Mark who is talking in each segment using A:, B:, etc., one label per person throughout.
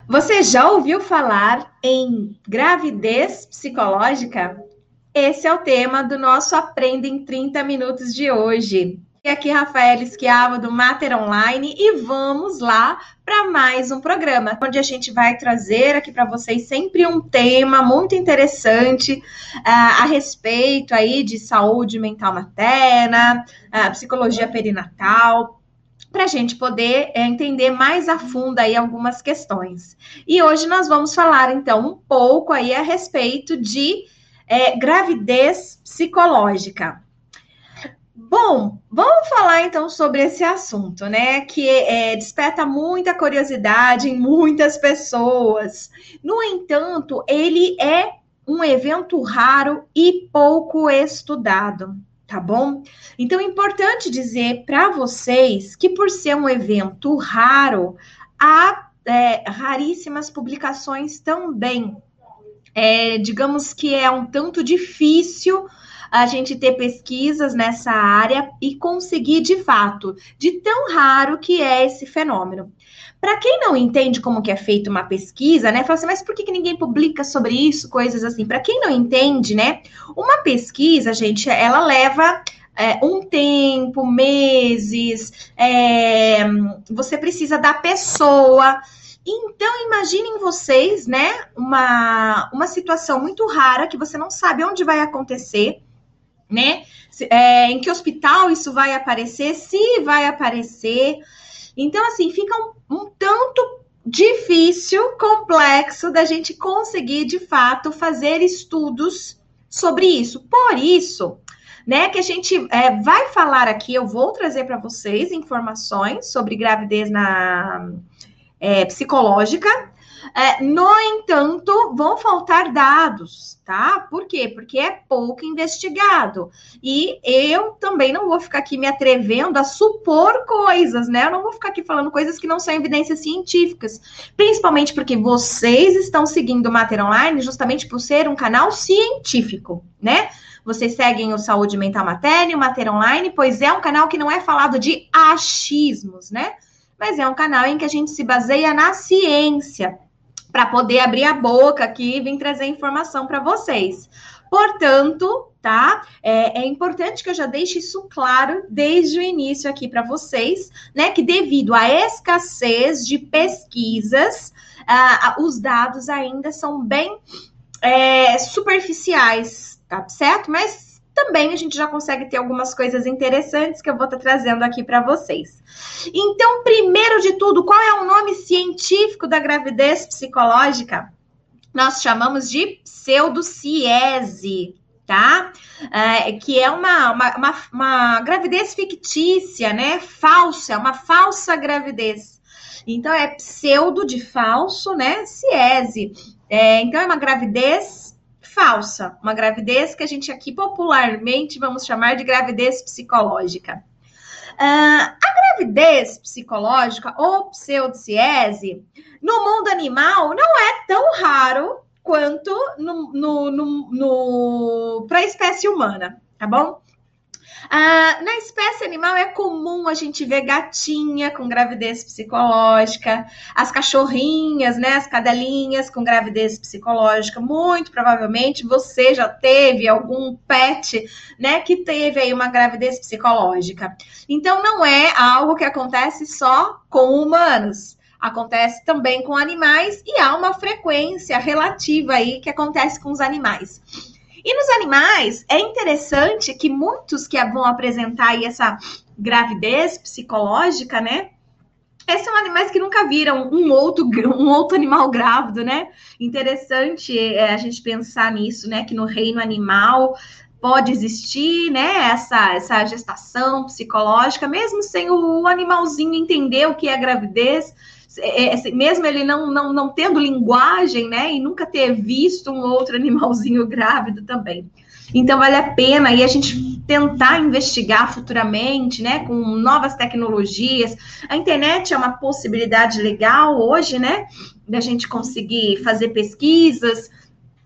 A: Você já ouviu falar em gravidez psicológica? Esse é o tema do nosso Aprenda em 30 Minutos de hoje. E aqui, Rafaela Esquiava, do Mater Online, e vamos lá para mais um programa, onde a gente vai trazer aqui para vocês sempre um tema muito interessante a respeito aí de saúde mental materna, psicologia perinatal, para a gente poder entender mais a fundo aí algumas questões. E hoje nós vamos falar, então, um pouco aí a respeito de gravidez psicológica. Bom, vamos falar então sobre esse assunto, né? Que desperta muita curiosidade em muitas pessoas. No entanto, ele é um evento raro e pouco estudado, tá bom? Então, é importante dizer para vocês que, por ser um evento raro, há raríssimas publicações também. Digamos que é um tanto difícil a gente ter pesquisas nessa área e conseguir, de fato, de tão raro que é esse fenômeno. Para quem não entende como que é feita uma pesquisa, né, fala assim, mas por que ninguém publica sobre isso, coisas assim? Para quem não entende, né, uma pesquisa, gente, ela leva um tempo, meses, você precisa da pessoa. Então, imaginem vocês, né, uma situação muito rara que você não sabe onde vai acontecer, né? Em que hospital isso vai aparecer, se vai aparecer. Então, assim, fica um tanto difícil, complexo da gente conseguir, de fato, fazer estudos sobre isso. Por isso, né, que a gente vai falar aqui, eu vou trazer para vocês informações sobre gravidez psicológica. No entanto, vão faltar dados, tá? Por quê? Porque é pouco investigado. E eu também não vou ficar aqui me atrevendo a supor coisas, né? Eu não vou ficar aqui falando coisas que não são evidências científicas. Principalmente porque vocês estão seguindo o Mater Online justamente por ser um canal científico, né? Vocês seguem o Saúde Mental Materna e o Mater Online, pois é um canal que não é falado de achismos, né? Mas é um canal em que a gente se baseia na ciência, para poder abrir a boca aqui e vir trazer informação para vocês. Portanto, tá? É importante que eu já deixe isso claro desde o início aqui para vocês, né? Que devido à escassez de pesquisas, os dados ainda são bem superficiais, tá certo? Mas também a gente já consegue ter algumas coisas interessantes que eu vou estar trazendo aqui para vocês. Então, primeiro de tudo, qual é o nome científico da gravidez psicológica? Nós chamamos de pseudociese, tá? Que é uma gravidez fictícia, né? Falsa, uma falsa gravidez. Então, é pseudo de falso, né? Ciese. Então, é uma gravidez falsa, uma gravidez que a gente aqui popularmente vamos chamar de gravidez psicológica. A gravidez psicológica ou pseudociese no mundo animal não é tão raro quanto para a espécie humana, tá bom? Na espécie animal é comum a gente ver gatinha com gravidez psicológica, as cachorrinhas, né, as cadelinhas com gravidez psicológica. Muito provavelmente você já teve algum pet, né, que teve aí uma gravidez psicológica. Então não é algo que acontece só com humanos. Acontece também com animais e há uma frequência relativa aí que acontece com os animais. E nos animais, é interessante que muitos que vão apresentar aí essa gravidez psicológica, né? São animais que nunca viram um outro animal grávido, né? Interessante a gente pensar nisso, né? Que no reino animal pode existir, né? Essa gestação psicológica, mesmo sem o animalzinho entender o que é gravidez, mesmo ele não tendo linguagem, né, e nunca ter visto um outro animalzinho grávido também. Então, vale a pena aí a gente tentar investigar futuramente, né, com novas tecnologias. A internet é uma possibilidade legal hoje, né, da gente conseguir fazer pesquisas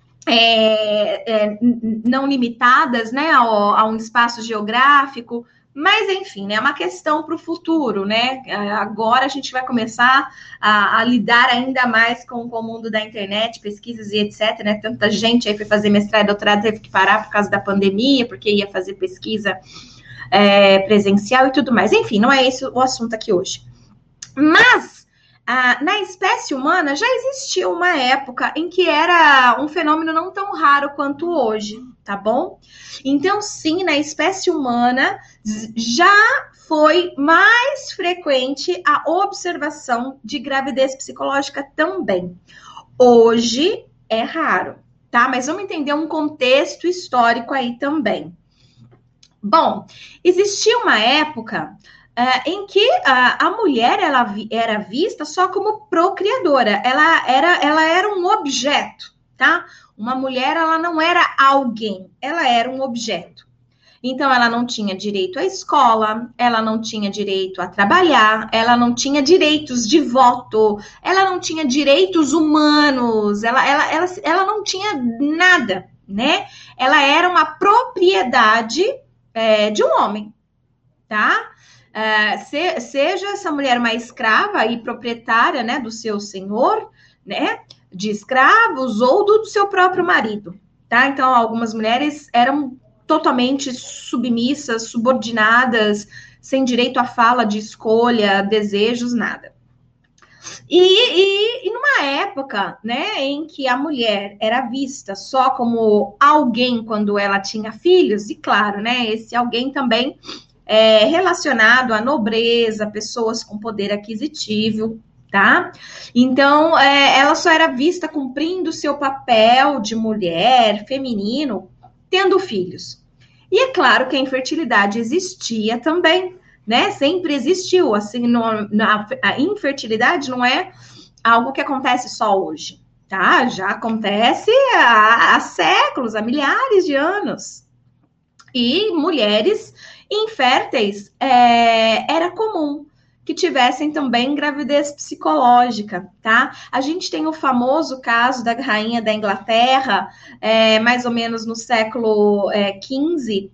A: não limitadas, né, a um espaço geográfico, Mas, enfim, né, é uma questão para o futuro, né? Agora a gente vai começar a lidar ainda mais com o mundo da internet, pesquisas e etc, né? Tanta gente aí foi fazer mestrado e doutorado, teve que parar por causa da pandemia, porque ia fazer pesquisa presencial e tudo mais. Enfim, não é esse o assunto aqui hoje. Mas, na espécie humana, já existiu uma época em que era um fenômeno não tão raro quanto hoje, tá bom? Então, sim, na espécie humana, já foi mais frequente a observação de gravidez psicológica também. Hoje é raro, tá? Mas vamos entender um contexto histórico aí também. Bom, existia uma época em que a mulher ela era vista só como procriadora, ela era um objeto, tá? Uma mulher ela não era alguém, ela era um objeto. Então, ela não tinha direito à escola, ela não tinha direito a trabalhar, ela não tinha direitos de voto, ela não tinha direitos humanos, ela não tinha nada, né? Ela era uma propriedade de um homem, tá? Seja essa mulher uma escrava e proprietária, né, do seu senhor, né, de escravos ou do seu próprio marido, tá? Então, algumas mulheres eram totalmente submissas, subordinadas, sem direito à fala, de escolha, desejos, nada. E numa época, né, em que a mulher era vista só como alguém quando ela tinha filhos, e claro, né, esse alguém também relacionado à nobreza, pessoas com poder aquisitivo, tá? Então, ela só era vista cumprindo seu papel de mulher, feminino, tendo filhos. E é claro que a infertilidade existia também, né? Sempre existiu. Assim, a infertilidade não é algo que acontece só hoje, tá? Já acontece há séculos, há milhares de anos. E mulheres inférteis era comum que tivessem também gravidez psicológica, tá? A gente tem o famoso caso da rainha da Inglaterra, mais ou menos no século XV,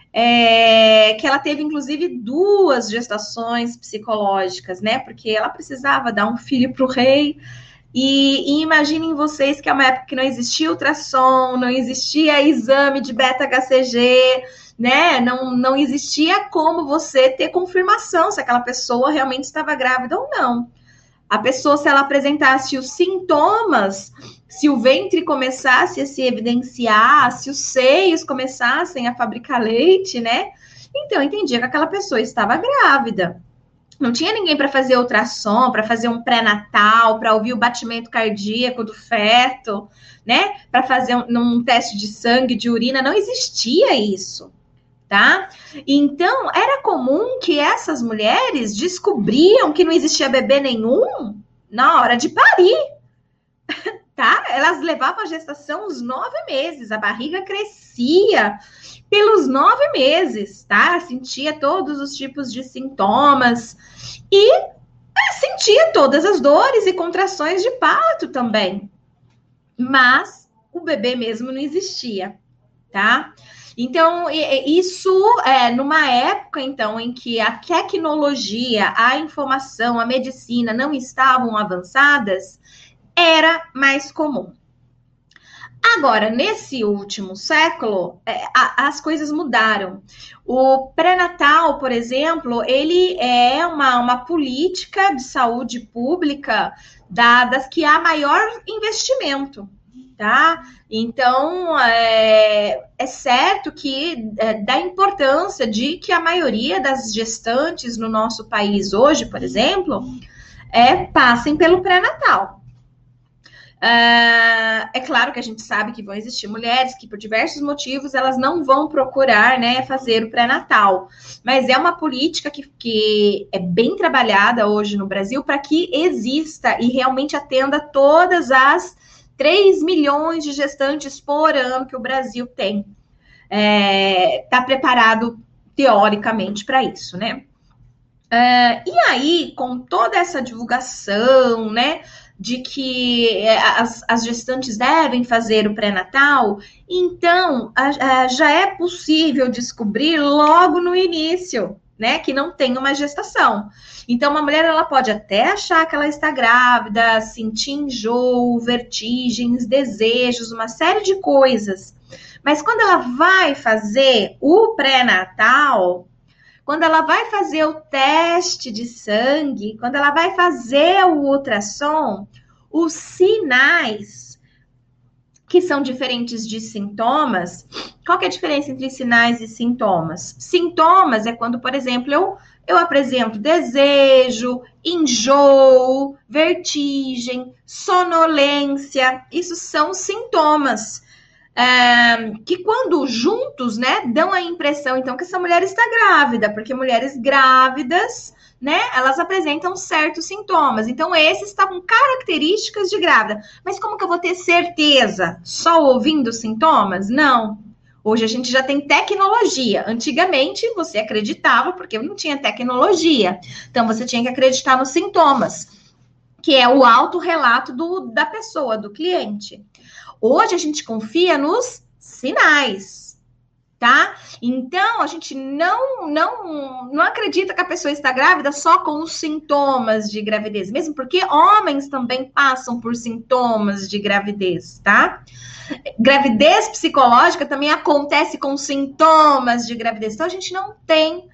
A: que ela teve, inclusive, 2 gestações psicológicas, né? Porque ela precisava dar um filho para o rei. E imaginem vocês que é uma época que não existia ultrassom, não existia exame de beta-HCG, né? Não existia como você ter confirmação se aquela pessoa realmente estava grávida ou não. A pessoa, se ela apresentasse os sintomas, se o ventre começasse a se evidenciar, se os seios começassem a fabricar leite, né? Então, entendia que aquela pessoa estava grávida. Não tinha ninguém para fazer ultrassom, para fazer um pré-natal, para ouvir o batimento cardíaco do feto, né? Para fazer um teste de sangue, de urina, não existia isso, tá? Então, era comum que essas mulheres descobriam que não existia bebê nenhum na hora de parir, tá? Elas levavam a gestação uns 9 meses, a barriga crescia pelos 9 meses, tá? Sentia todos os tipos de sintomas e sentia todas as dores e contrações de parto também. Mas o bebê mesmo não existia, tá? Então, isso numa época, então, em que a tecnologia, a informação, a medicina não estavam avançadas, era mais comum. Agora, nesse último século, as coisas mudaram. O pré-natal, por exemplo, ele é uma política de saúde pública das que há maior investimento, tá? Então, é certo que da importância de que a maioria das gestantes no nosso país hoje, por exemplo, passem pelo pré-natal. É claro que a gente sabe que vão existir mulheres que, por diversos motivos, elas não vão procurar, né, fazer o pré-natal. Mas é uma política que é bem trabalhada hoje no Brasil para que exista e realmente atenda todas as 3 milhões de gestantes por ano que o Brasil tem. Está preparado, teoricamente, para isso, né? E aí, com toda essa divulgação, né, de que as gestantes devem fazer o pré-natal, então já é possível descobrir logo no início, né, que não tem uma gestação. Então, uma mulher, ela pode até achar que ela está grávida, sentir enjoo, vertigens, desejos, uma série de coisas. Mas quando ela vai fazer o pré-natal, quando ela vai fazer o teste de sangue, quando ela vai fazer o ultrassom, os sinais que são diferentes de sintomas. Qual que é a diferença entre sinais e sintomas? Sintomas é quando, por exemplo, eu apresento desejo, enjoo, vertigem, sonolência. Isso são sintomas. Que quando juntos, né, dão a impressão, então, que essa mulher está grávida, porque mulheres grávidas, né, elas apresentam certos sintomas. Então, esses estavam características de grávida. Mas como que eu vou ter certeza? Só ouvindo os sintomas? Não. Hoje a gente já tem tecnologia. Antigamente, você acreditava porque não tinha tecnologia. Então, você tinha que acreditar nos sintomas, que é o autorrelato da pessoa, do cliente. Hoje a gente confia nos sinais, tá? Então, a gente não acredita que a pessoa está grávida só com os sintomas de gravidez, mesmo porque homens também passam por sintomas de gravidez, tá? Gravidez psicológica também acontece com sintomas de gravidez. Então, a gente não tem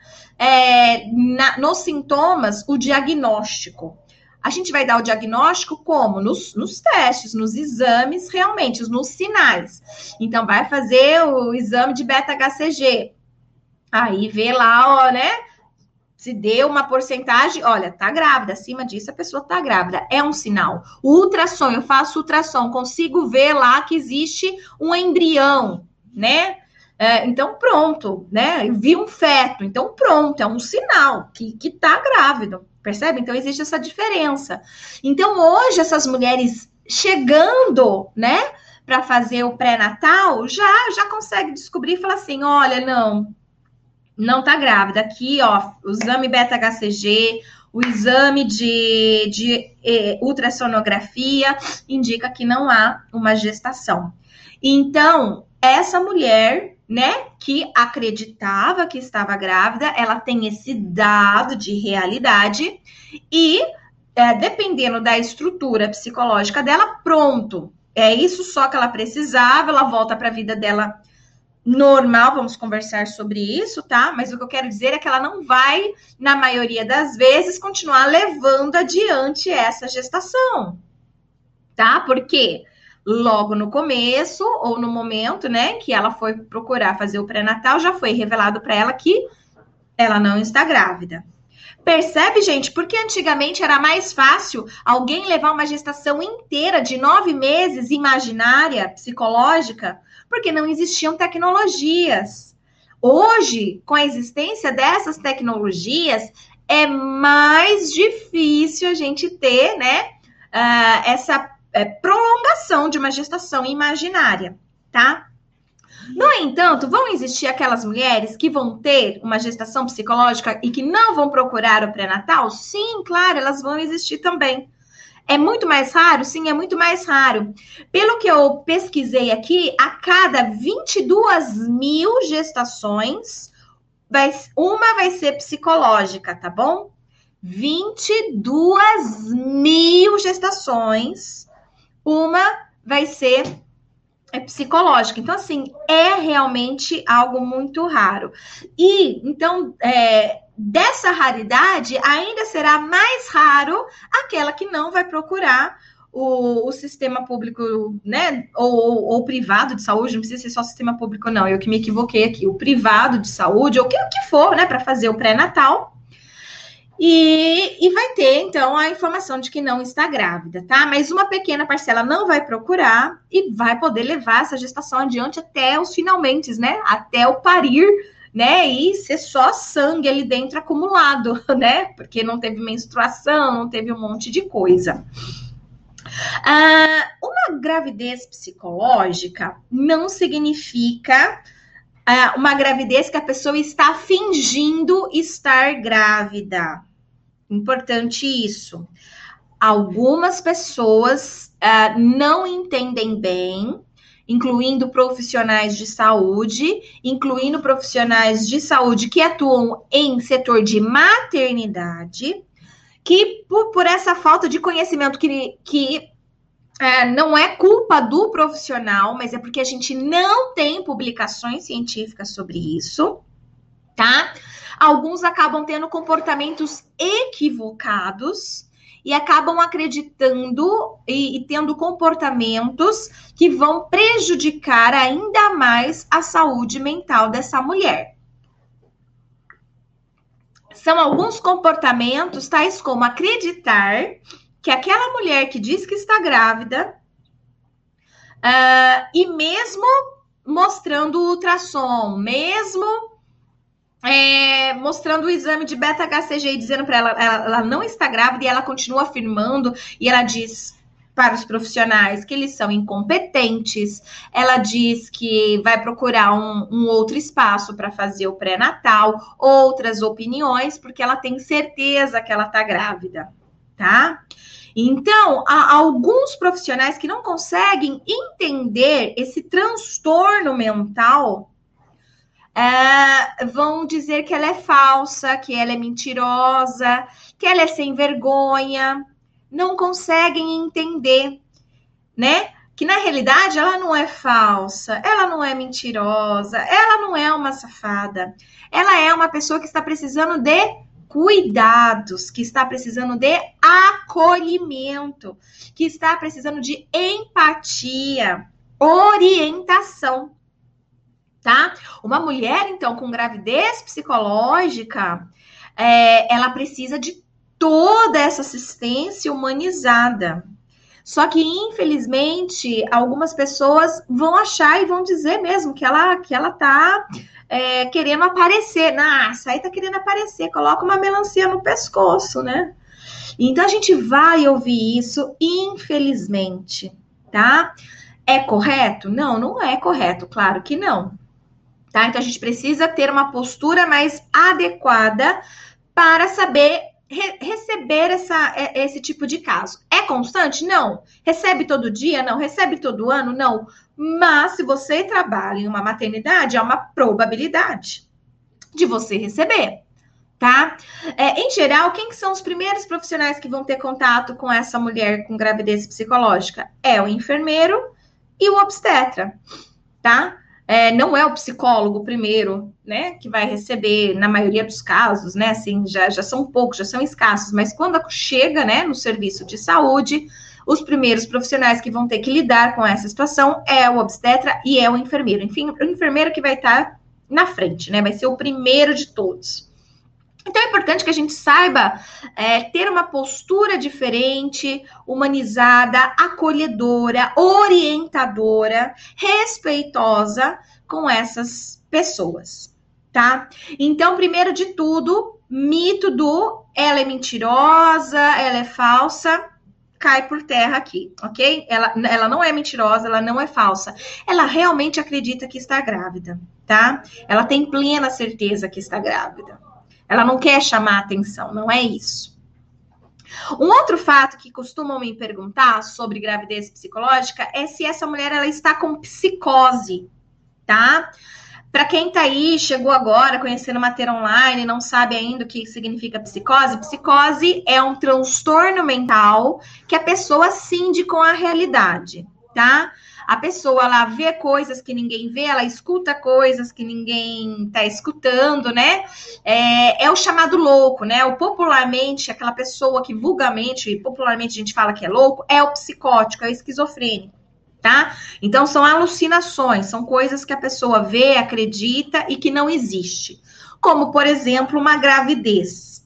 A: nos sintomas o diagnóstico. A gente vai dar o diagnóstico como? Nos testes, nos exames, realmente, nos sinais. Então, vai fazer o exame de beta-HCG. Aí, vê lá, ó, né? Se deu uma porcentagem, olha, tá grávida. Acima disso, a pessoa tá grávida. É um sinal. O ultrassom, eu faço ultrassom, consigo ver lá que existe um embrião, né? Então, pronto, né? Eu vi um feto. Então, pronto, é um sinal que tá grávido. Percebe? Então, existe essa diferença. Então, hoje, essas mulheres chegando, né, para fazer o pré-natal, já consegue descobrir e falar assim, olha, não tá grávida. Aqui, ó, o exame beta-HCG, o exame de ultrassonografia indica que não há uma gestação. Então, essa mulher, né, que acreditava que estava grávida, ela tem esse dado de realidade e, dependendo da estrutura psicológica dela, pronto. É isso só que ela precisava, ela volta para a vida dela normal, vamos conversar sobre isso, tá? Mas o que eu quero dizer é que ela não vai, na maioria das vezes, continuar levando adiante essa gestação, tá? Porque logo no começo, ou no momento, né, que ela foi procurar fazer o pré-natal, já foi revelado para ela que ela não está grávida. Percebe, gente? Porque antigamente era mais fácil alguém levar uma gestação inteira de 9 meses, imaginária, psicológica, porque não existiam tecnologias. Hoje, com a existência dessas tecnologias, é mais difícil a gente ter, né, essa prolongação de uma gestação imaginária, tá? No entanto, vão existir aquelas mulheres que vão ter uma gestação psicológica e que não vão procurar o pré-natal? Sim, claro, elas vão existir também. É muito mais raro? Sim, é muito mais raro. Pelo que eu pesquisei aqui, a cada 22 mil gestações, uma vai ser psicológica, tá bom? 22 mil gestações, uma vai ser psicológica. Então, assim, é realmente algo muito raro. E, então, dessa raridade, ainda será mais raro aquela que não vai procurar o sistema público, né, ou privado de saúde, não precisa ser só sistema público, não, eu que me equivoquei aqui, o privado de saúde, ou o que for, né, para fazer o pré-natal, e vai ter, então, a informação de que não está grávida, tá? Mas uma pequena parcela não vai procurar e vai poder levar essa gestação adiante até os finalmente, né? Até o parir, né? E ser só sangue ali dentro acumulado, né? Porque não teve menstruação, não teve um monte de coisa. Uma gravidez psicológica não significa uma gravidez que a pessoa está fingindo estar grávida. Importante isso. Algumas pessoas não entendem bem, incluindo profissionais de saúde, incluindo profissionais de saúde que atuam em setor de maternidade, que por essa falta de conhecimento que não é culpa do profissional, mas é porque a gente não tem publicações científicas sobre isso, tá? Alguns acabam tendo comportamentos equivocados e acabam acreditando e tendo comportamentos que vão prejudicar ainda mais a saúde mental dessa mulher. São alguns comportamentos, tais como acreditar que aquela mulher que diz que está grávida, e mesmo mostrando o ultrassom, mesmo mostrando o exame de beta-HCG e dizendo para ela não está grávida, e ela continua afirmando, e ela diz para os profissionais que eles são incompetentes, ela diz que vai procurar um outro espaço para fazer o pré-natal, outras opiniões, porque ela tem certeza que ela está grávida, tá? Então, há alguns profissionais que não conseguem entender esse transtorno mental, vão dizer que ela é falsa, que ela é mentirosa, que ela é sem vergonha, não conseguem entender, né? Que na realidade ela não é falsa, ela não é mentirosa, ela não é uma safada, ela é uma pessoa que está precisando de cuidados, que está precisando de acolhimento, que está precisando de empatia, orientação. Tá? Uma mulher, então, com gravidez psicológica, ela precisa de toda essa assistência humanizada. Só que, infelizmente, algumas pessoas vão achar e vão dizer mesmo que ela tá querendo aparecer. Nossa, aí tá querendo aparecer, coloca uma melancia no pescoço, né? Então, a gente vai ouvir isso, infelizmente, tá? É correto? Não, não é correto, claro que não. Tá? Então, a gente precisa ter uma postura mais adequada para saber receber esse tipo de caso. É constante? Não. Recebe todo dia? Não. Recebe todo ano? Não. Mas, se você trabalha em uma maternidade, há uma probabilidade de você receber, tá? Em geral, quem que são os primeiros profissionais que vão ter contato com essa mulher com gravidez psicológica? É o enfermeiro e o obstetra, tá? Não é o psicólogo primeiro, né, que vai receber, na maioria dos casos, né, assim, já são poucos, já são escassos, mas quando chega, né, no serviço de saúde, os primeiros profissionais que vão ter que lidar com essa situação é o obstetra e é o enfermeiro. Enfim, o enfermeiro que vai estar na frente, né, vai ser o primeiro de todos. Então, é importante que a gente saiba ter uma postura diferente, humanizada, acolhedora, orientadora, respeitosa com essas pessoas, tá? Então, primeiro de tudo, mito do ela é mentirosa, ela é falsa, cai por terra aqui, ok? Ela não é mentirosa, ela não é falsa. Ela realmente acredita que está grávida, tá? Ela tem plena certeza que está grávida. Ela não quer chamar atenção, não é isso. Um outro fato que costumam me perguntar sobre gravidez psicológica é se essa mulher ela está com psicose, tá? Para quem tá aí, chegou agora conhecendo Mater Online, não sabe ainda o que significa psicose, psicose é um transtorno mental que a pessoa cinde com a realidade, tá? A pessoa, ela vê coisas que ninguém vê, ela escuta coisas que ninguém tá escutando, né? É o chamado louco, né? O popularmente, aquela pessoa que vulgarmente, popularmente a gente fala que é louco, é o psicótico, é o esquizofrênico, tá? Então, são alucinações, são coisas que a pessoa vê, acredita e que não existe. Como, por exemplo, uma gravidez.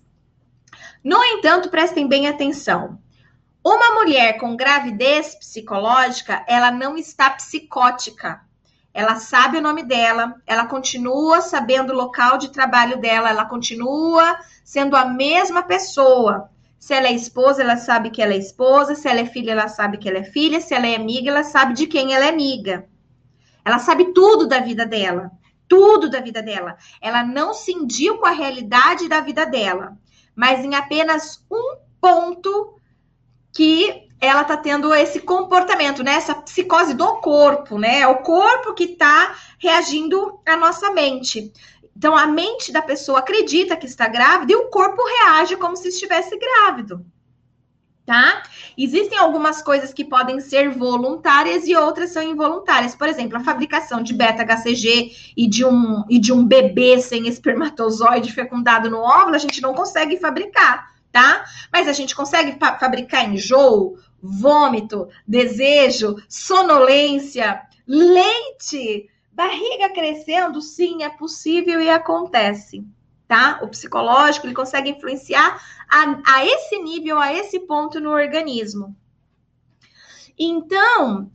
A: No entanto, prestem bem atenção. Uma mulher com gravidez psicológica, ela não está psicótica. Ela sabe o nome dela, ela continua sabendo o local de trabalho dela, ela continua sendo a mesma pessoa. Se ela é esposa, ela sabe que ela é esposa. Se ela é filha, ela sabe que ela é filha. Se ela é amiga, ela sabe de quem ela é amiga. Ela sabe tudo da vida dela. Tudo da vida dela. Ela não cindiu com a realidade da vida dela. Mas em apenas um ponto que ela tá tendo esse comportamento, né? Essa psicose do corpo, né? É o corpo que tá reagindo à nossa mente. Então, a mente da pessoa acredita que está grávida e o corpo reage como se estivesse grávido, tá? Existem algumas coisas que podem ser voluntárias e outras são involuntárias. Por exemplo, a fabricação de beta-HCG e de um bebê sem espermatozoide fecundado no óvulo, a gente não consegue fabricar, tá? Mas a gente consegue fabricar enjoo, vômito, desejo, sonolência, leite, barriga crescendo, sim, é possível e acontece, tá? O psicológico, ele consegue influenciar a esse nível, a esse ponto no organismo. Então,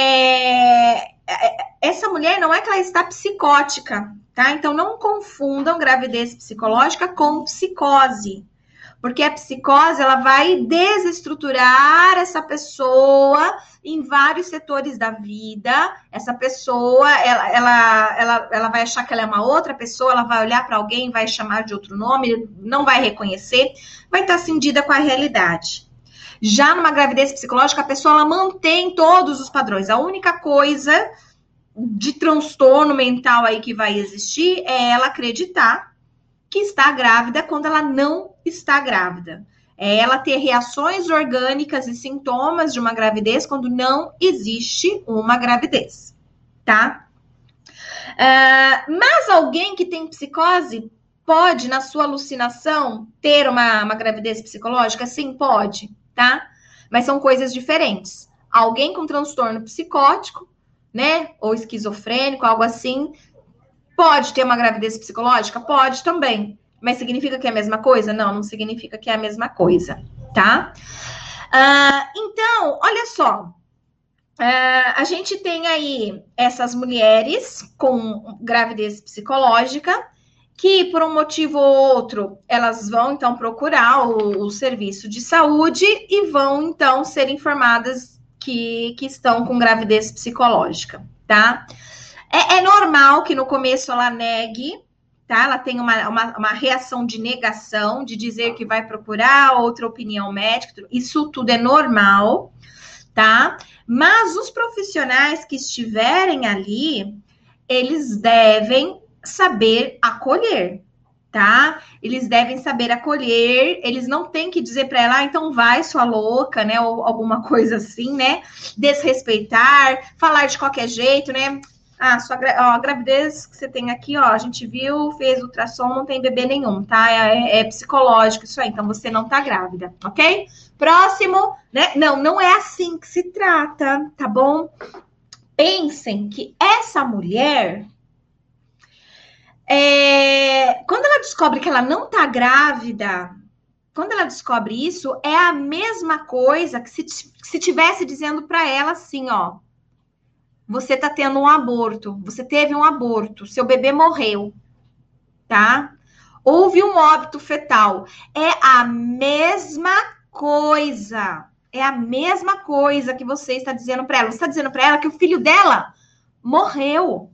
A: essa mulher não é que ela está psicótica, tá? Então, não confundam gravidez psicológica com psicose. Porque a psicose, ela vai desestruturar essa pessoa em vários setores da vida. Essa pessoa, ela vai achar que ela é uma outra pessoa, ela vai olhar para alguém, vai chamar de outro nome, não vai reconhecer, vai estar cindida com a realidade. Já numa gravidez psicológica, a pessoa ela mantém todos os padrões. A única coisa de transtorno mental aí que vai existir é ela acreditar que está grávida quando ela não está grávida. É ela ter reações orgânicas e sintomas de uma gravidez quando não existe uma gravidez, tá? Mas alguém que tem psicose pode, na sua alucinação, ter uma gravidez psicológica? Sim, pode, tá? Mas são coisas diferentes. Alguém com transtorno psicótico, né, ou esquizofrênico, algo assim, pode ter uma gravidez psicológica? Pode também. Mas significa que é a mesma coisa? Não, não significa que é a mesma coisa, tá? Então, olha só. A gente tem aí essas mulheres com gravidez psicológica que, por um motivo ou outro, elas vão, então, procurar o serviço de saúde e vão, então, ser informadas que estão com gravidez psicológica, tá? É normal que no começo ela negue, tá? Ela tem uma reação de negação, de dizer que vai procurar outra opinião médica. Isso tudo é normal, tá? Mas os profissionais que estiverem ali, eles devem saber acolher, tá? Eles devem saber acolher, eles não têm que dizer para ela, então vai, sua louca, né? Ou alguma coisa assim, né? Desrespeitar, falar de qualquer jeito, né? A gravidez que você tem aqui, ó, a gente viu, fez ultrassom, não tem bebê nenhum, tá? É psicológico isso aí, então você não tá grávida, ok? Próximo, né? Não é assim que se trata, tá bom? Pensem que essa mulher, quando ela descobre que ela não tá grávida, quando ela descobre isso, é a mesma coisa que se tivesse dizendo para ela assim, ó, você tá tendo um aborto, você teve um aborto, seu bebê morreu, tá? Houve um óbito fetal. É a mesma coisa. É a mesma coisa que você está dizendo para ela. Você está dizendo para ela que o filho dela morreu.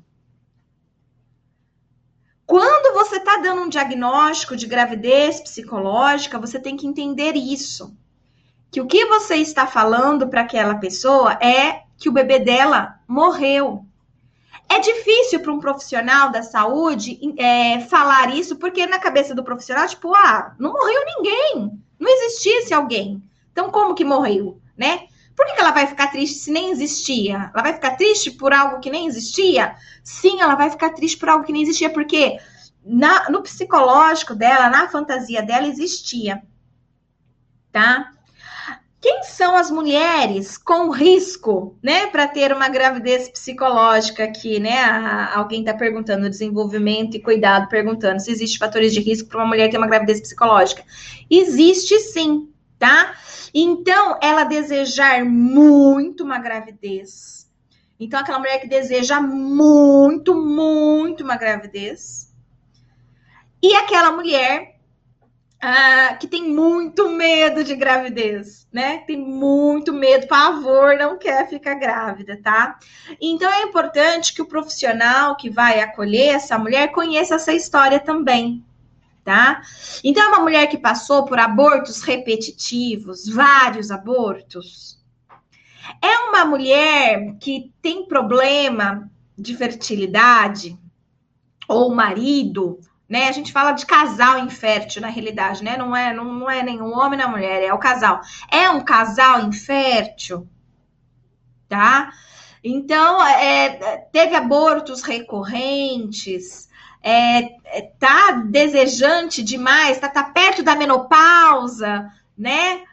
A: Quando você está dando um diagnóstico de gravidez psicológica, você tem que entender isso. Que o que você está falando para aquela pessoa é que o bebê dela morreu. É difícil para um profissional da saúde falar isso, porque na cabeça do profissional, tipo, não morreu ninguém, não existisse alguém. Então, como que morreu, né? Por que ela vai ficar triste se nem existia? Ela vai ficar triste por algo que nem existia? Sim, ela vai ficar triste por algo que nem existia, porque no psicológico dela, na fantasia dela, existia, tá? Quem são as mulheres com risco, né, para ter uma gravidez psicológica aqui, né? Alguém está perguntando, desenvolvimento e cuidado, perguntando se existe fatores de risco para uma mulher ter uma gravidez psicológica. Existe sim, tá? Então, ela desejar muito uma gravidez. Então, aquela mulher que deseja muito, muito uma gravidez. E aquela mulher que tem muito medo de gravidez, né? Tem muito medo, pavor, não quer ficar grávida, tá? Então é importante que o profissional que vai acolher essa mulher conheça essa história também, tá? Então, é uma mulher que passou por abortos repetitivos, vários abortos. É uma mulher que tem problema de fertilidade, ou marido, né? A gente fala de casal infértil, na realidade, né? Não é nenhum homem nem mulher, é o casal. É um casal infértil, tá? Então, teve abortos recorrentes, tá desejante demais, tá perto da menopausa, né?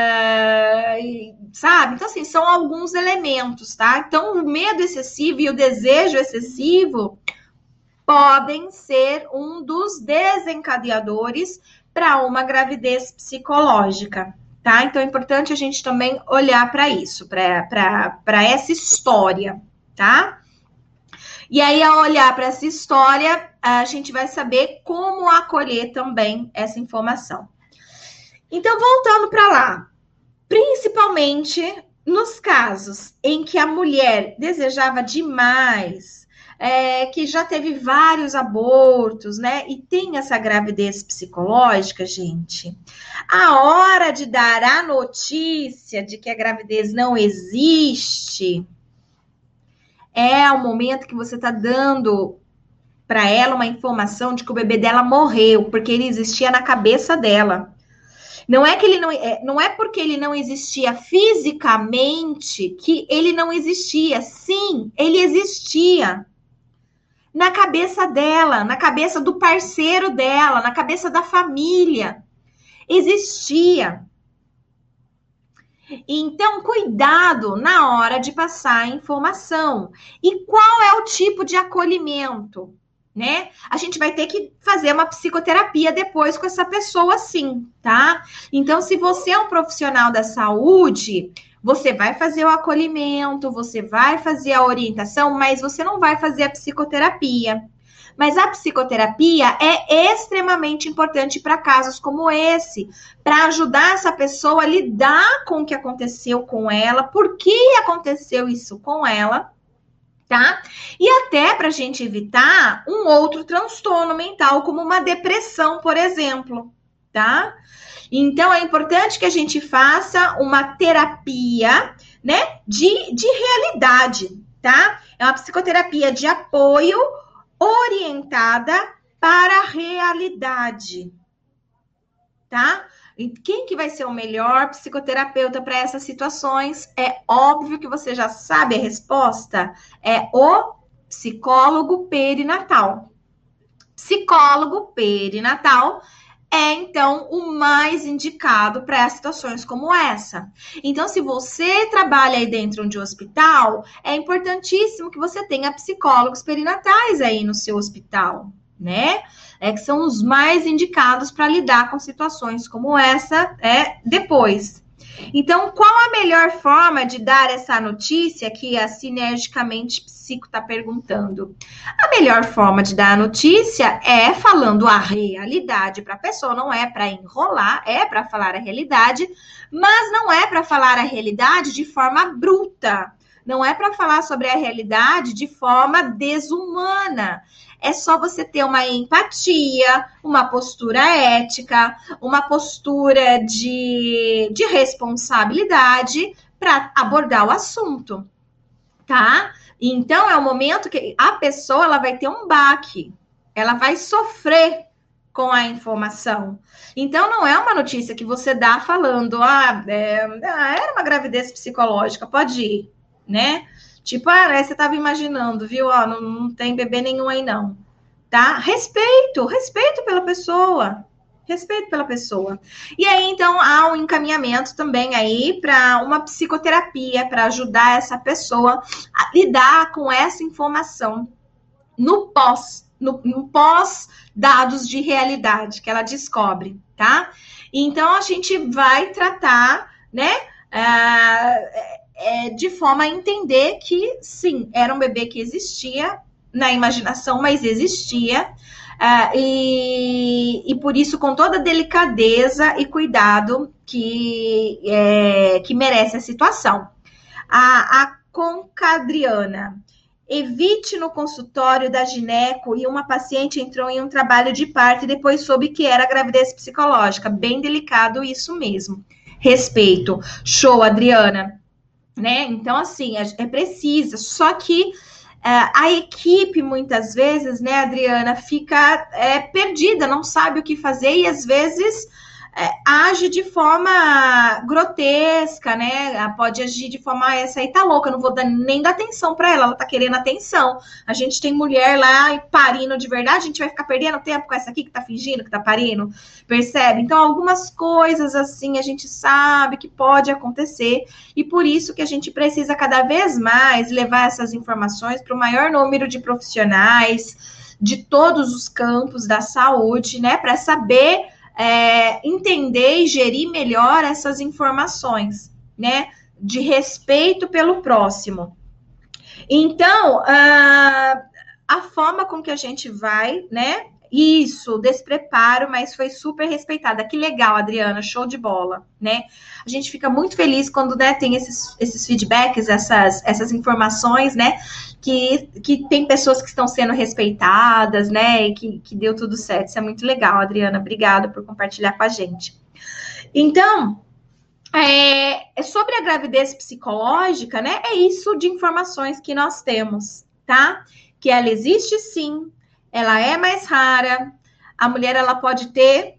A: Sabe? Então, assim, são alguns elementos, tá? Então, o medo excessivo e o desejo excessivo podem ser um dos desencadeadores para uma gravidez psicológica, tá? Então é importante a gente também olhar para isso, para essa história, tá? E aí, ao olhar para essa história, a gente vai saber como acolher também essa informação. Então, voltando para lá, principalmente nos casos em que a mulher desejava demais, que já teve vários abortos, né? E tem essa gravidez psicológica, gente. A hora de dar a notícia de que a gravidez não existe é o momento que você está dando para ela uma informação de que o bebê dela morreu, porque ele existia na cabeça dela. Não é que ele não é porque ele não existia fisicamente que ele não existia. Sim, ele existia. Na cabeça dela, na cabeça do parceiro dela, na cabeça da família. Existia. Então, cuidado na hora de passar a informação. E qual é o tipo de acolhimento, né? A gente vai ter que fazer uma psicoterapia depois com essa pessoa, sim, tá? Então, se você é um profissional da saúde, você vai fazer o acolhimento, você vai fazer a orientação, mas você não vai fazer a psicoterapia. Mas a psicoterapia é extremamente importante para casos como esse, para ajudar essa pessoa a lidar com o que aconteceu com ela, por que aconteceu isso com ela, tá? E até para a gente evitar um outro transtorno mental, como uma depressão, por exemplo, tá? Então, é importante que a gente faça uma terapia, né, de realidade, tá? É uma psicoterapia de apoio orientada para a realidade, tá? E quem que vai ser o melhor psicoterapeuta para essas situações? É óbvio que você já sabe a resposta. É o psicólogo perinatal. Psicólogo perinatal é, então, o mais indicado para situações como essa. Então, se você trabalha aí dentro de um hospital, é importantíssimo que você tenha psicólogos perinatais aí no seu hospital, né? Que são os mais indicados para lidar com situações como essa depois. Então, qual a melhor forma de dar essa notícia que a Sinergicamente Psico está perguntando? A melhor forma de dar a notícia é falando a realidade para a pessoa, não é para enrolar, é para falar a realidade, mas não é para falar a realidade de forma bruta, não é para falar sobre a realidade de forma desumana. É só você ter uma empatia, uma postura ética, uma postura de responsabilidade para abordar o assunto, tá? Então, é o momento que a pessoa ela vai ter um baque, ela vai sofrer com a informação. Então, não é uma notícia que você dá falando, era uma gravidez psicológica, pode ir, né? Tipo, você estava imaginando, viu? Não tem bebê nenhum aí, não. Tá? Respeito pela pessoa. Respeito pela pessoa. E aí, então, há um encaminhamento também aí para uma psicoterapia, para ajudar essa pessoa a lidar com essa informação no pós dados de realidade que ela descobre, tá? Então, a gente vai tratar, né? De forma a entender que, sim, era um bebê que existia na imaginação, mas existia, e por isso, com toda a delicadeza e cuidado que merece a situação. A Concadriana, Evite no consultório da gineco e uma paciente entrou em um trabalho de parto e depois soube que era gravidez psicológica. Bem delicado isso mesmo. Respeito. Show, Adriana. Né? Então, assim, é precisa. Só que a equipe, muitas vezes, né, Adriana, fica perdida, não sabe o que fazer e, às vezes, age de forma grotesca, né? Pode agir de forma, essa aí tá louca, não vou nem dar atenção para ela, ela tá querendo atenção. A gente tem mulher lá parindo de verdade, a gente vai ficar perdendo tempo com essa aqui que tá fingindo que tá parindo, percebe? Então, algumas coisas assim a gente sabe que pode acontecer e por isso que a gente precisa cada vez mais levar essas informações para o maior número de profissionais de todos os campos da saúde, né? Para saber entender e gerir melhor essas informações, né? De respeito pelo próximo. Então, a forma com que a gente vai, né? Isso, despreparo, mas foi super respeitada. Que legal, Adriana, show de bola, né? A gente fica muito feliz quando, né, tem esses feedbacks, essas informações, né? Que tem pessoas que estão sendo respeitadas, né? E que deu tudo certo. Isso é muito legal, Adriana. Obrigada por compartilhar com a gente. Então, sobre a gravidez psicológica, né? É isso de informações que nós temos, tá? Que ela existe sim, ela é mais rara, a mulher ela pode ter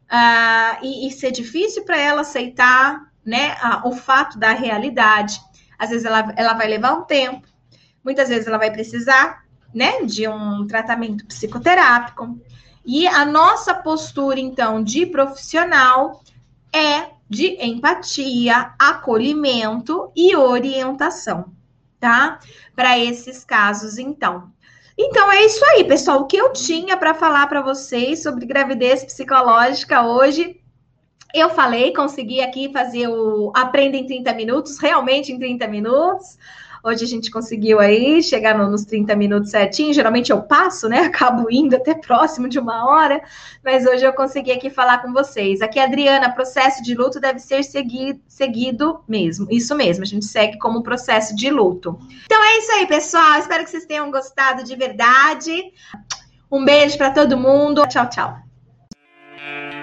A: e ser difícil para ela aceitar, né, o fato da realidade. Às vezes ela vai levar um tempo, muitas vezes ela vai precisar, né, de um tratamento psicoterápico. E a nossa postura, então, de profissional é de empatia, acolhimento e orientação, tá? Para esses casos, então. Então, é isso aí, pessoal. O que eu tinha para falar para vocês sobre gravidez psicológica hoje, eu falei, consegui aqui fazer o Aprenda em 30 minutos, realmente em 30 minutos. Hoje a gente conseguiu aí chegar nos 30 minutos certinho. Geralmente eu passo, né? Acabo indo até próximo de 1 hora, mas hoje eu consegui aqui falar com vocês. Aqui, Adriana, processo de luto deve ser seguido mesmo. Isso mesmo, a gente segue como processo de luto. Então é isso aí, pessoal. Espero que vocês tenham gostado de verdade. Um beijo para todo mundo. Tchau, tchau.